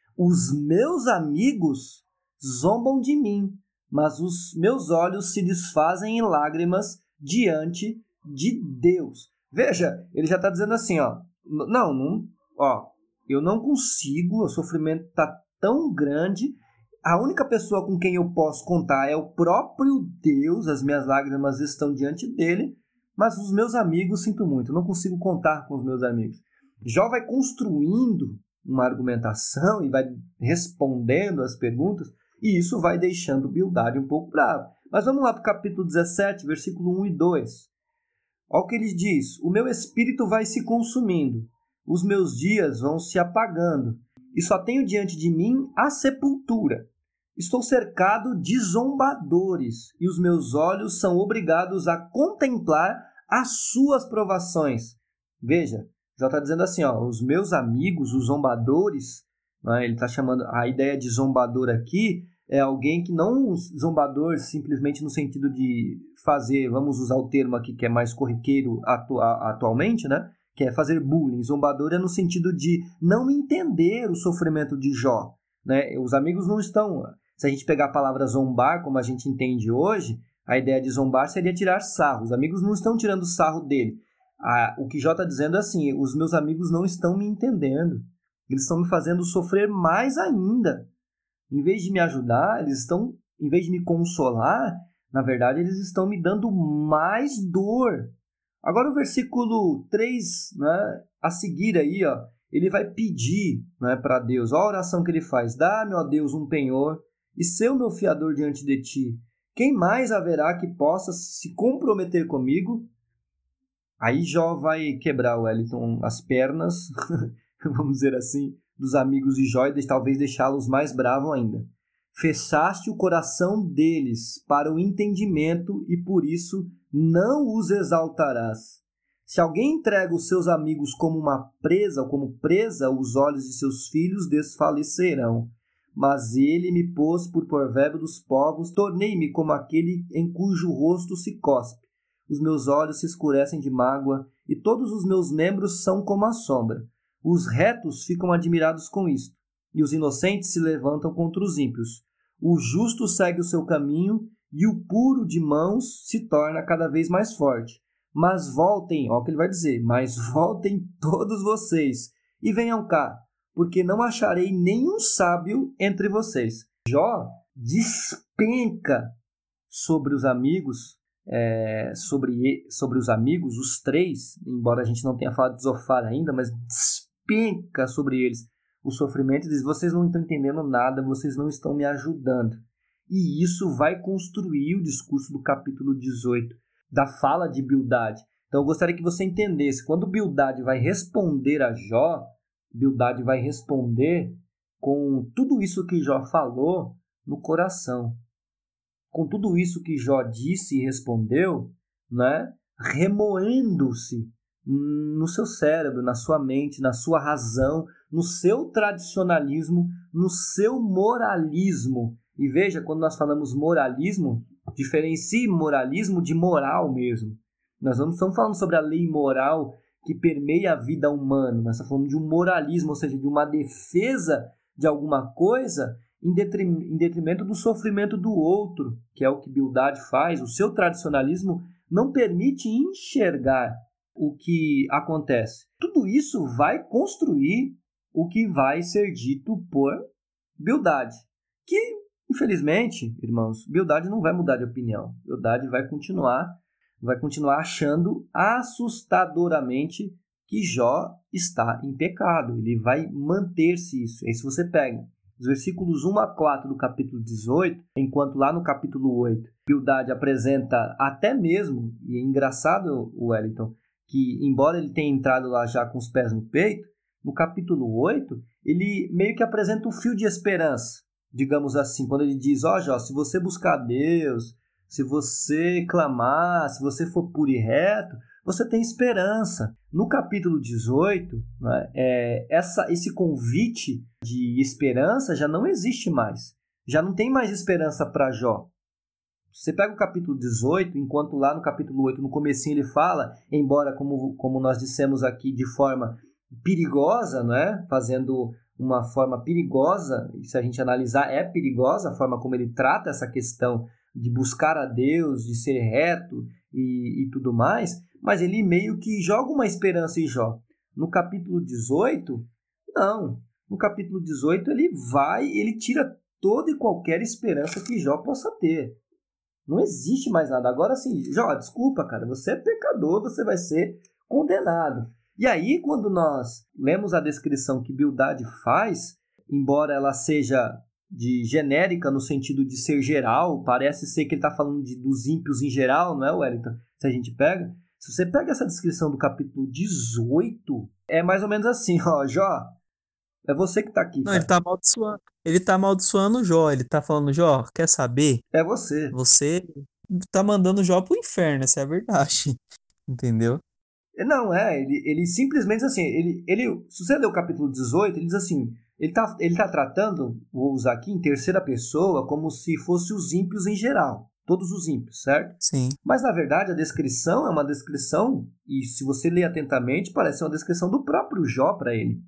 Os meus amigos zombam de mim, mas os meus olhos se desfazem em lágrimas diante de Deus. Veja, ele já está dizendo assim, ó, não, não, ó, eu não consigo, o sofrimento está tão grande. A única pessoa com quem eu posso contar é o próprio Deus, as minhas lágrimas estão diante dele, mas os meus amigos, sinto muito, eu não consigo contar com os meus amigos. Jó vai construindo uma argumentação e vai respondendo as perguntas, e isso vai deixando Bildad um pouco bravo. Mas vamos lá para o capítulo dezessete, versículo um e dois. Olha o que ele diz: o meu espírito vai se consumindo, os meus dias vão se apagando, e só tenho diante de mim a sepultura. Estou cercado de zombadores, e os meus olhos são obrigados a contemplar as suas provações. Veja, já está dizendo assim, ó, os meus amigos, os zombadores, né, ele está chamando, a ideia de zombador aqui é alguém que não zombador simplesmente no sentido de fazer, vamos usar o termo aqui que é mais corriqueiro atu- atualmente, né? Que é fazer bullying. Zombador é no sentido de não entender o sofrimento de Jó, né? Os amigos não estão... Se a gente pegar a palavra zombar, como a gente entende hoje, a ideia de zombar seria tirar sarro. Os amigos não estão tirando sarro dele. Ah, o que Jó está dizendo é assim, os meus amigos não estão me entendendo. Eles estão me fazendo sofrer mais ainda. Em vez de me ajudar, eles estão... Em vez de me consolar, na verdade, eles estão me dando mais dor. Agora o versículo três, né, a seguir aí, ó, ele vai pedir, né, para Deus, olha a oração que ele faz: dá-me, ó Deus, um penhor e ser o meu fiador diante de ti. Quem mais haverá que possa se comprometer comigo? Aí Jó vai quebrar, Wellington, as pernas, vamos dizer assim, dos amigos de Jó e talvez deixá-los mais bravos ainda. Fechaste o coração deles para o entendimento e por isso não os exaltarás. Se alguém entrega os seus amigos como uma presa ou como presa, os olhos de seus filhos desfalecerão. mas ele me pôs por provérbio dos povos, tornei-me como aquele em cujo rosto se cospe. Os meus olhos se escurecem de mágoa, e todos os meus membros são como a sombra. Os retos ficam admirados com isto, e os inocentes se levantam contra os ímpios. O justo segue o seu caminho, e o puro de mãos se torna cada vez mais forte. Mas voltem, ó o que ele vai dizer, mas voltem todos vocês, e venham cá, porque não acharei nenhum sábio entre vocês. Jó despenca sobre os amigos, é, sobre, sobre os amigos, os três, embora a gente não tenha falado de Zofar ainda, mas despenca sobre eles o sofrimento e diz, vocês não estão entendendo nada, vocês não estão me ajudando. E isso vai construir o discurso do capítulo dezoito, da fala de Bildade. Então eu gostaria que você entendesse, quando Bildade vai responder a Jó, Bildade vai responder com tudo isso que Jó falou no coração. Com tudo isso que Jó disse e respondeu, né, remoendo-se no seu cérebro, na sua mente, na sua razão, no seu tradicionalismo, no seu moralismo. E veja, quando nós falamos moralismo, diferencie moralismo de moral mesmo. Nós não estamos falando sobre a lei moral que permeia a vida humana. Nós estamos falando de um moralismo, ou seja, de uma defesa de alguma coisa em detrimento do sofrimento do outro, que é o que Bildade faz. O seu tradicionalismo não permite enxergar o que acontece. Tudo isso vai construir o que vai ser dito por Bildade, que, infelizmente, irmãos, Bildade não vai mudar de opinião. Bildade vai continuar, vai continuar achando assustadoramente que Jó está em pecado. Ele vai manter-se isso. Aí se você pega os versículos um a quatro do capítulo dezoito, enquanto lá no capítulo oito, Bildade apresenta até mesmo, e é engraçado, Wellington, que embora ele tenha entrado lá já com os pés no peito, no capítulo oito, ele meio que apresenta um fio de esperança, digamos assim, quando ele diz, ó, oh, Jó, se você buscar a Deus, se você clamar, se você for puro e reto, você tem esperança. No capítulo dezoito, né, é, essa, esse convite de esperança já não existe mais. Já não tem mais esperança para Jó. Você pega o capítulo dezoito, enquanto lá no capítulo oito, no comecinho ele fala, embora, como, como nós dissemos aqui, de forma perigosa, né, fazendo uma forma perigosa, e se a gente analisar, é perigosa a forma como ele trata essa questão de buscar a Deus, de ser reto e, e tudo mais, mas ele meio que joga uma esperança em Jó. No capítulo dezoito, não. No capítulo dezoito ele vai, ele tira toda e qualquer esperança que Jó possa ter. Não existe mais nada. Agora sim, Jó, desculpa, cara, você é pecador, você vai ser condenado. E aí, quando nós lemos a descrição que Bildade faz, embora ela seja de genérica no sentido de ser geral, parece ser que ele está falando de, dos ímpios em geral, não é, Wellington? Se a gente pega, se você pega essa descrição do capítulo dezoito, é mais ou menos assim, ó, Jó, é você que está aqui. Não, cara. ele está amaldiçoando, ele tá amaldiçoando o Jó, ele está falando, Jó, quer saber? É você. Você tá mandando o Jó pro inferno, essa é a verdade, entendeu? Não, é, ele, ele simplesmente assim, ele, ele, se você ler o capítulo dezoito, ele diz assim, ele está ele tá tratando, vou usar aqui em terceira pessoa, como se fosse os ímpios em geral, todos os ímpios, certo? Sim. Mas na verdade a descrição é uma descrição, e se você ler atentamente, parece uma descrição do próprio Jó para ele.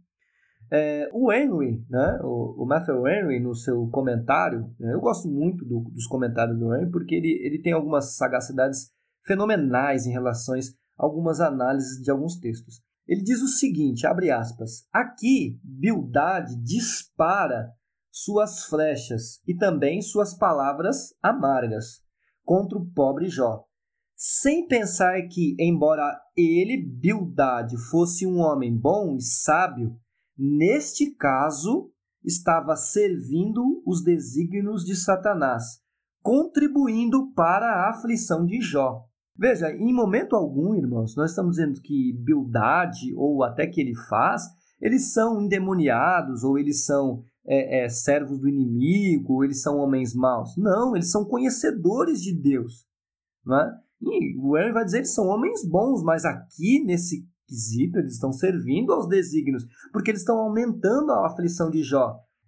É, o Henry, né, o, o Matthew Henry, no seu comentário, né, eu gosto muito do, dos comentários do Henry, porque ele, ele tem algumas sagacidades fenomenais em relação a algumas análises de alguns textos. Ele diz o seguinte, abre aspas, aqui Bildade dispara suas flechas e também suas palavras amargas contra o pobre Jó, sem pensar que, embora ele, Bildade, fosse um homem bom e sábio, neste caso estava servindo os desígnios de Satanás, contribuindo para a aflição de Jó. Veja, em momento algum, irmãos, nós estamos dizendo que Bildade, ou até que ele faz, eles são endemoniados, ou eles são é, é, servos do inimigo, ou eles são homens maus. Não, eles são conhecedores de Deus. Não é? E o Henry vai dizer que eles são homens bons, mas aqui, nesse quesito, eles estão servindo aos desígnios, porque eles estão aumentando a aflição de Jó.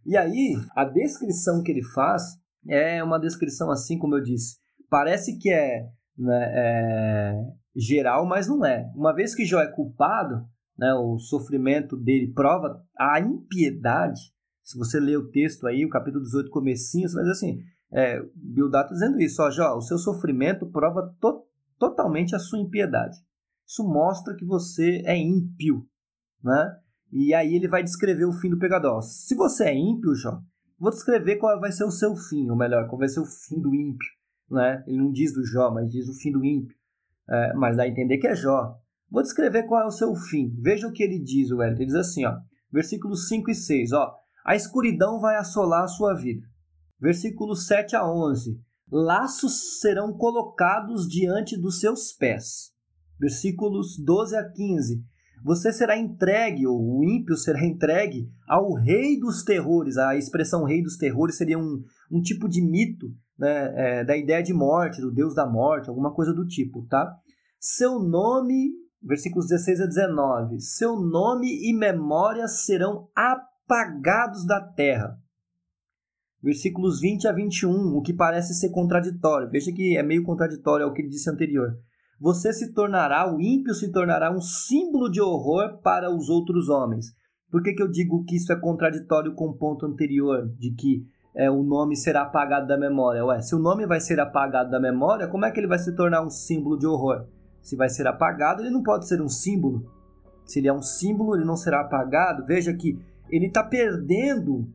E aí, a descrição que ele faz é uma descrição assim, como eu disse, parece que é, né, é geral, mas não é. Uma vez que Jó é culpado, né, o sofrimento dele prova a impiedade. Se você ler o texto aí, o capítulo dezoito, comecinho, você vai dizer assim, é, Bildad está dizendo isso, ó, Jó, o seu sofrimento prova to- totalmente a sua impiedade. Isso mostra que você é ímpio, né? E aí ele vai descrever o fim do pecador. Se você é ímpio, Jó, vou descrever qual vai ser o seu fim, ou melhor, qual vai ser o fim do ímpio, né? Ele não diz do Jó, mas diz o fim do ímpio. É, mas dá a entender que é Jó. Vou descrever qual é o seu fim. Veja o que ele diz, o Wellington. Ele diz assim, ó, versículos cinco e seis, ó, a escuridão vai assolar a sua vida. Versículos sete a onze, laços serão colocados diante dos seus pés. Versículos doze a quinze, você será entregue, ou o ímpio será entregue ao rei dos terrores. A expressão rei dos terrores seria um, um tipo de mito, né, é, da ideia de morte, do deus da morte, alguma coisa do tipo, tá? Seu nome, versículos dezesseis a dezenove, seu nome e memória serão apagados da terra. Versículos vinte a vinte e um, o que parece ser contraditório. Veja que é meio contraditório ao que ele disse anterior. Você se torará, o ímpio se tornará um símbolo de horror para os outros homens. Por que que eu digo que isso é contraditório com o ponto anterior, de que é, o nome será apagado da memória? Ué, se o nome vai ser apagado da memória, como é que ele vai se tornar um símbolo de horror? Se vai ser apagado, ele não pode ser um símbolo. Se ele é um símbolo, ele não será apagado. Veja que ele está perdendo,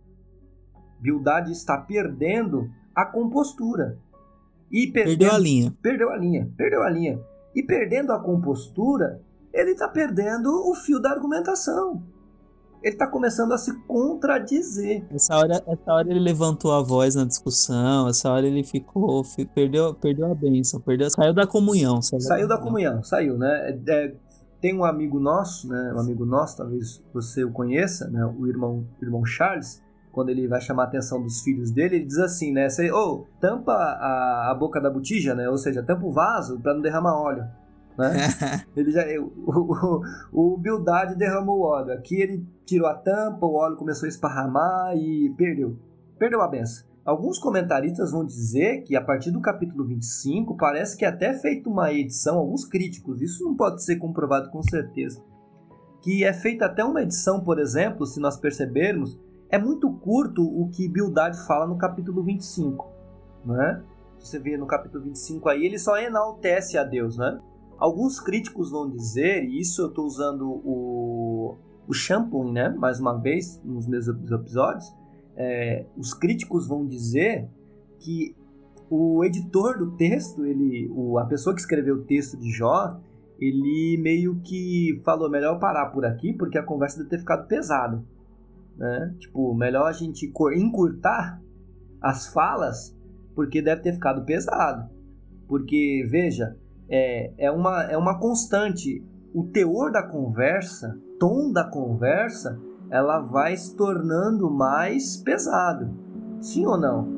Bildad está perdendo a compostura. E perdendo, Perdeu a linha. Perdeu a linha, perdeu a linha. E perdendo a compostura, ele está perdendo o fio da argumentação. Ele está começando a se contradizer. Essa hora, essa hora ele levantou a voz na discussão, essa hora ele ficou, fi- perdeu, perdeu a bênção, perdeu, saiu da comunhão. Saiu, Saiu da comunhão, saiu, né? É, é, tem um amigo nosso, né? Um amigo nosso, talvez você o conheça, né? O irmão, o irmão Charles. Quando ele vai chamar a atenção dos filhos dele, ele diz assim, né? Ô, oh, tampa a, a boca da botija, né? Ou seja, tampa o vaso para não derramar óleo, né? ele já, o, o, o Bildad derramou o óleo. Aqui ele tirou a tampa, o óleo começou a esparramar e perdeu. Perdeu a benção. Alguns comentaristas vão dizer que a partir do capítulo vinte e cinco parece que é até feita uma edição, alguns críticos, isso não pode ser comprovado com certeza, que é feita até uma edição, por exemplo, se nós percebermos, é muito curto o que Bildad fala no capítulo vinte e cinco, né? Você vê no capítulo vinte e cinco aí, ele só enaltece a Deus, né? Alguns críticos vão dizer, e isso eu estou usando o, o Champlin, né? Mais uma vez, nos meus episódios, é, os críticos vão dizer que o editor do texto, ele, o, a pessoa que escreveu o texto de Jó, ele meio que falou, melhor parar por aqui, porque a conversa deve ter ficado pesada. Né? Tipo, melhor a gente encurtar as falas, porque deve ter ficado pesado. Porque, veja, é, é, uma, é uma constante. O teor da conversa, tom da conversa, ela vai se tornando mais pesado. Sim ou não?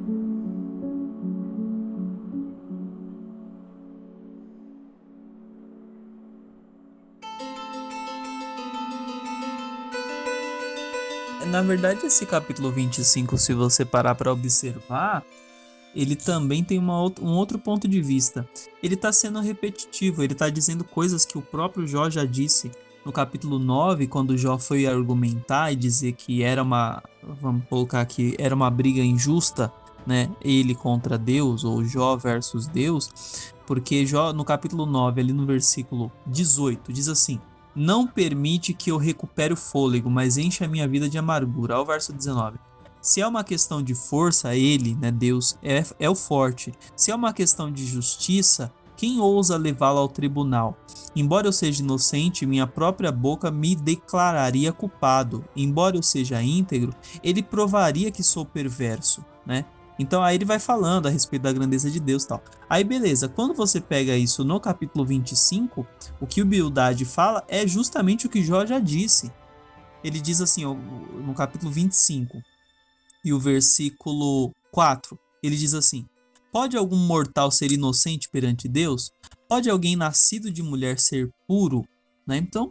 Na verdade, esse capítulo vinte e cinco, se você parar para observar, ele também tem uma, um outro ponto de vista. Ele está sendo repetitivo, ele está dizendo coisas que o próprio Jó já disse no capítulo nove, quando Jó foi argumentar e dizer que era uma, vamos colocar aqui, era uma briga injusta, né? Ele contra Deus, ou Jó versus Deus, porque Jó, no capítulo nove, ali no versículo dezoito, diz assim: não permite que eu recupere o fôlego, mas enche a minha vida de amargura. Ao verso dezenove. Se é uma questão de força, ele, né, Deus, é, é o forte. Se é uma questão de justiça, quem ousa levá-lo ao tribunal? Embora eu seja inocente, minha própria boca me declararia culpado. Embora eu seja íntegro, ele provaria que sou perverso, né? Então aí ele vai falando a respeito da grandeza de Deus e tal. Aí beleza, quando você pega isso no capítulo vinte e cinco, o que o Bildad fala é justamente o que Jó já disse. Ele diz assim, ó, no capítulo vinte e cinco, e o versículo quatro, ele diz assim: pode algum mortal ser inocente perante Deus? Pode alguém nascido de mulher ser puro? Né? Então,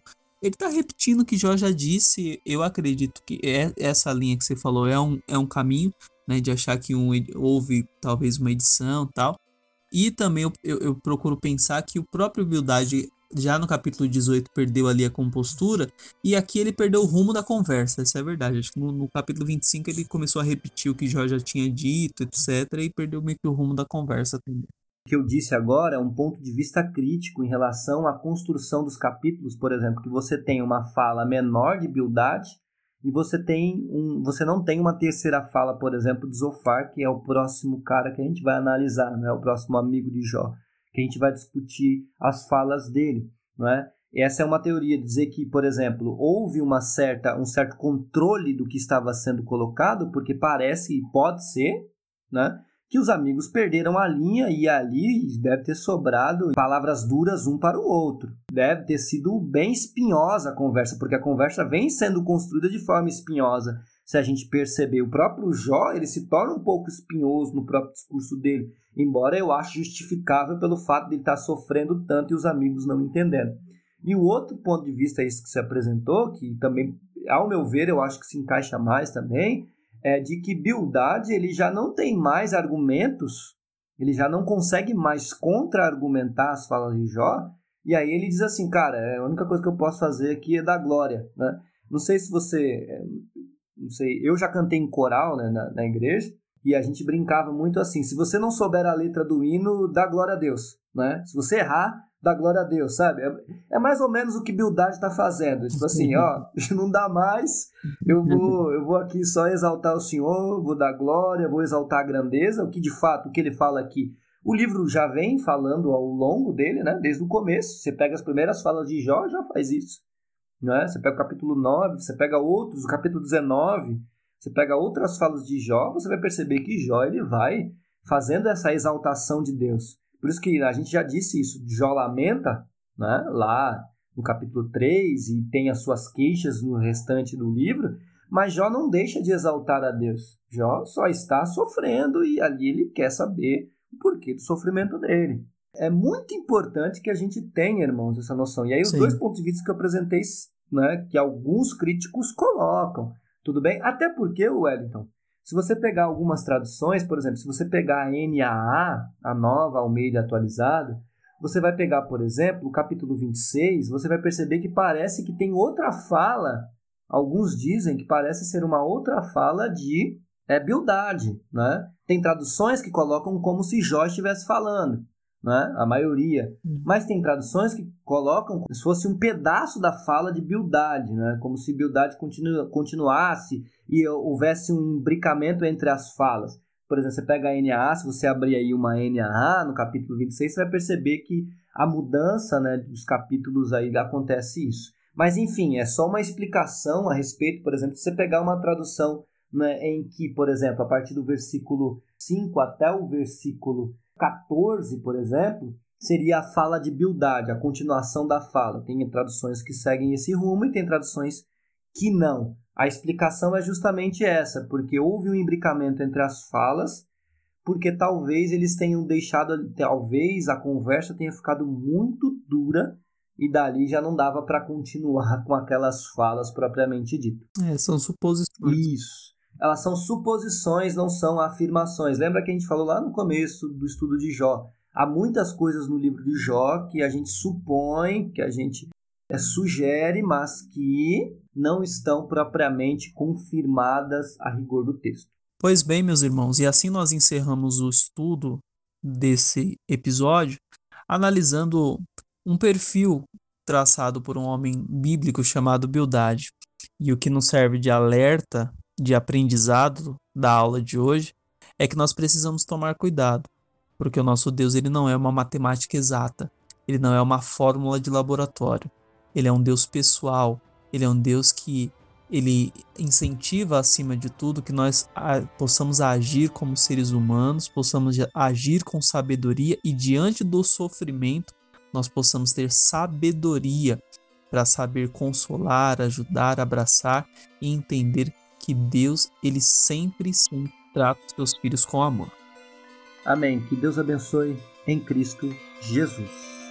ele tá repetindo o que Jó já disse. Eu acredito que é, essa linha que você falou é um, é um caminho, né, de achar que um, houve talvez uma edição e tal. E também eu, eu, eu procuro pensar que o próprio Bildad, já no capítulo dezoito, perdeu ali a compostura, e aqui ele perdeu o rumo da conversa, isso é verdade. Acho que no, no capítulo vinte e cinco ele começou a repetir o que Jó já tinha dito, etcétera, e perdeu meio que o rumo da conversa também. O que eu disse agora é um ponto de vista crítico em relação à construção dos capítulos, por exemplo, que você tem uma fala menor de Bildad e você tem um, você não tem uma terceira fala, por exemplo, de Zofar, que é o próximo cara que a gente vai analisar, né? O próximo amigo de Jó, que a gente vai discutir as falas dele, não é? Essa é uma teoria, dizer que, por exemplo, houve uma certa, um certo controle do que estava sendo colocado, porque parece e pode ser, né, que os amigos perderam a linha e ali deve ter sobrado palavras duras um para o outro. Deve ter sido bem espinhosa a conversa, porque a conversa vem sendo construída de forma espinhosa. Se a gente perceber, o próprio Jó, ele se torna um pouco espinhoso no próprio discurso dele, embora eu ache justificável pelo fato de ele estar sofrendo tanto e os amigos não entendendo. E o outro ponto de vista, esse que você apresentou, que também, ao meu ver, eu acho que se encaixa mais também, é de que Bildad, ele já não tem mais argumentos, ele já não consegue mais contra-argumentar as falas de Jó, e aí ele diz assim, cara, a única coisa que eu posso fazer aqui é dar glória, né? Não sei se você, não sei, eu já cantei em coral, né, na, na igreja, e a gente brincava muito assim, se você não souber a letra do hino, dá glória a Deus, né? Se você errar, dá glória a Deus, sabe? É, é mais ou menos o que Bildad está fazendo. Tipo assim, ó, não dá mais, eu vou, eu vou aqui só exaltar o Senhor, vou dar glória, vou exaltar a grandeza, o que de fato, o que ele fala aqui. O livro já vem falando ao longo dele, né? Desde o começo. Você pega as primeiras falas de Jó, já faz isso, né? Você pega o capítulo nove, você pega outros, o capítulo dezenove, você pega outras falas de Jó, você vai perceber que Jó, ele vai fazendo essa exaltação de Deus. Por isso que a gente já disse isso, Jó lamenta, né, lá no capítulo três, e tem as suas queixas no restante do livro, mas Jó não deixa de exaltar a Deus. Jó só está sofrendo e ali ele quer saber o porquê do sofrimento dele. É muito importante que a gente tenha, irmãos, essa noção. E aí os Sim. dois pontos de vista que eu apresentei, né, que alguns críticos colocam, tudo bem? Até porque, Wellington, se você pegar algumas traduções, por exemplo, se você pegar a N A A, a nova Almeida atualizada, você vai pegar, por exemplo, o capítulo vinte e seis, você vai perceber que parece que tem outra fala, alguns dizem que parece ser uma outra fala de é, Bildad, né? Tem traduções que colocam como se Jó estivesse falando, né? A maioria. Mas tem traduções que colocam como se fosse um pedaço da fala de Bildad, né? Como se Bildad continu- continuasse e houvesse um imbricamento entre as falas. Por exemplo, você pega a N A A, se você abrir aí uma N A A no capítulo vinte e seis, você vai perceber que a mudança, né, dos capítulos aí acontece isso. Mas enfim, é só uma explicação a respeito, por exemplo, se você pegar uma tradução, né, em que, por exemplo, a partir do versículo cinco até o versículo catorze, por exemplo, seria a fala de Bildad, a continuação da fala. Tem traduções que seguem esse rumo e tem traduções que não. A explicação é justamente essa, porque houve um imbricamento entre as falas, porque talvez eles tenham deixado, talvez a conversa tenha ficado muito dura e dali já não dava para continuar com aquelas falas propriamente ditas. É, são suposições. Isso. Elas são suposições, não são afirmações. Lembra que a gente falou lá no começo do estudo de Jó? Há muitas coisas no livro de Jó que a gente supõe, que a gente é, sugere, mas que não estão propriamente confirmadas a rigor do texto. Pois bem, meus irmãos, e assim nós encerramos o estudo desse episódio, analisando um perfil traçado por um homem bíblico chamado Bildad. E o que nos serve de alerta, de aprendizado da aula de hoje, é que nós precisamos tomar cuidado, porque o nosso Deus, ele não é uma matemática exata, ele não é uma fórmula de laboratório, ele é um Deus pessoal, ele é um Deus que ele incentiva, acima de tudo, que nós a, possamos agir como seres humanos, possamos agir com sabedoria e diante do sofrimento, nós possamos ter sabedoria para saber consolar, ajudar, abraçar e entender que Deus, ele sempre, sempre trata os seus filhos com amor. Amém. Que Deus abençoe em Cristo Jesus.